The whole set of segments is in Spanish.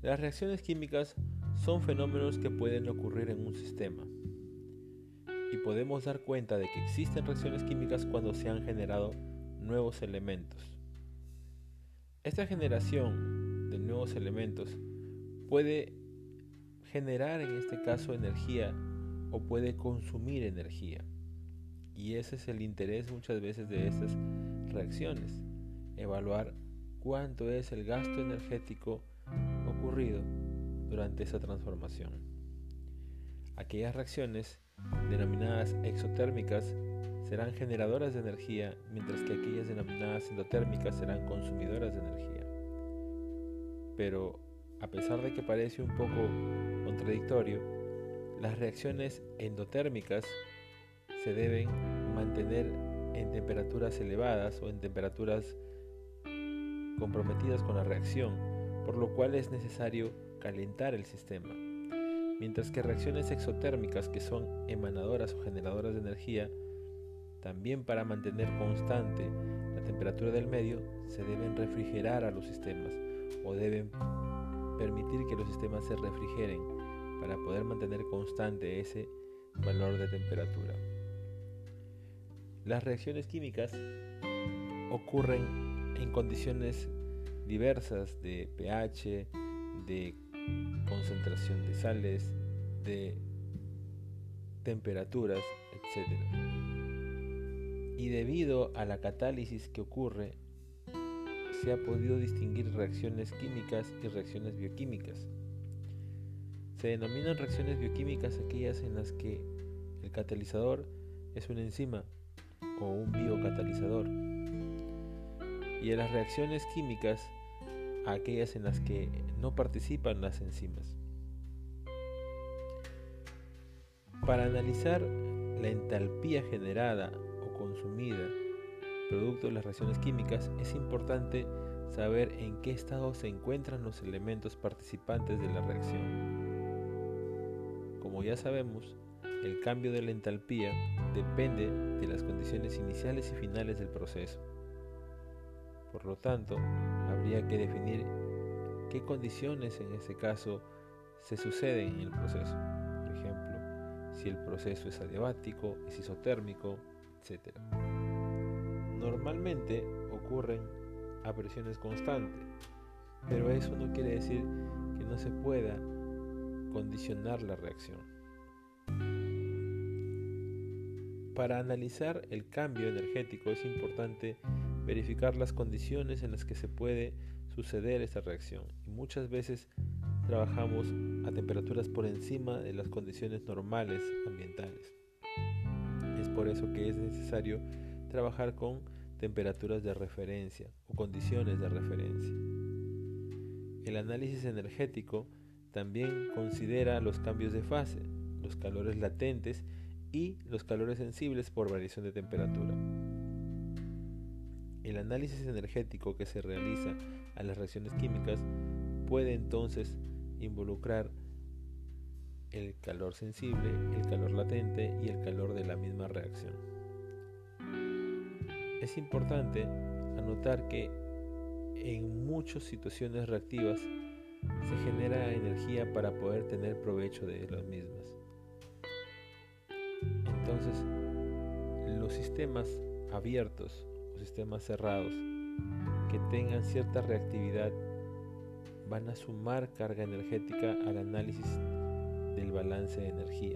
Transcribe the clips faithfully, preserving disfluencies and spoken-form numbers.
Las reacciones químicas son fenómenos que pueden ocurrir en un sistema y podemos dar cuenta de que existen reacciones químicas cuando se han generado nuevos elementos. Esta generación de nuevos elementos puede generar en este caso energía o puede consumir energía, y ese es el interés muchas veces de estas reacciones: evaluar cuánto es el gasto energético ocurrido durante esa transformación. Aquellas reacciones denominadas exotérmicas serán generadoras de energía, mientras que aquellas denominadas endotérmicas serán consumidoras de energía. Pero a pesar de que parece un poco contradictorio, las reacciones endotérmicas se deben mantener en temperaturas elevadas o en temperaturas comprometidas con la reacción, por lo cual es necesario calentar el sistema. Mientras que reacciones exotérmicas, que son emanadoras o generadoras de energía, también para mantener constante la temperatura del medio, se deben refrigerar a los sistemas o deben permitir que los sistemas se refrigeren para poder mantener constante ese valor de temperatura. Las reacciones químicas ocurren en condiciones diversas de pH, de concentración de sales, de temperaturas, etcétera. Y debido a la catálisis que ocurre, se ha podido distinguir reacciones químicas y reacciones bioquímicas. Se denominan reacciones bioquímicas aquellas en las que el catalizador es una enzima o un biocatalizador, y en las reacciones químicas aquellas en las que no participan las enzimas. Para analizar la entalpía generada o consumida producto de las reacciones químicas, es importante saber en qué estado se encuentran los elementos participantes de la reacción. Como ya sabemos, el cambio de la entalpía depende de las condiciones iniciales y finales del proceso. Por lo tanto, habría que definir qué condiciones en ese caso se suceden en el proceso. Por ejemplo, si el proceso es adiabático, es isotérmico, etcétera. Normalmente ocurren a presiones constantes, pero eso no quiere decir que no se pueda condicionar la reacción. Para analizar el cambio energético es importante verificar las condiciones en las que se puede suceder esta reacción, y muchas veces trabajamos a temperaturas por encima de las condiciones normales ambientales. Es por eso que es necesario trabajar con temperaturas de referencia o condiciones de referencia. El análisis energético también considera los cambios de fase, los calores latentes y los calores sensibles por variación de temperatura. El análisis energético que se realiza a las reacciones químicas puede entonces involucrar el calor sensible, el calor latente y el calor de la misma reacción. Es importante anotar que en muchas situaciones reactivas se genera energía para poder tener provecho de las mismas. Entonces, los sistemas abiertos o sistemas cerrados que tengan cierta reactividad van a sumar carga energética al análisis del balance de energía.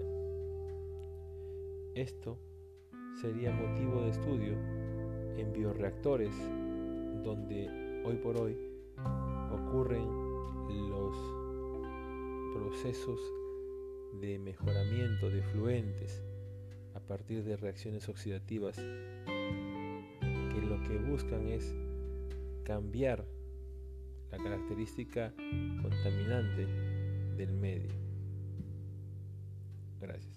Esto sería motivo de estudio en bioreactores, donde hoy por hoy ocurren los procesos de mejoramiento de fluentes a partir de reacciones oxidativas que lo que buscan es cambiar la característica contaminante del medio. Gracias.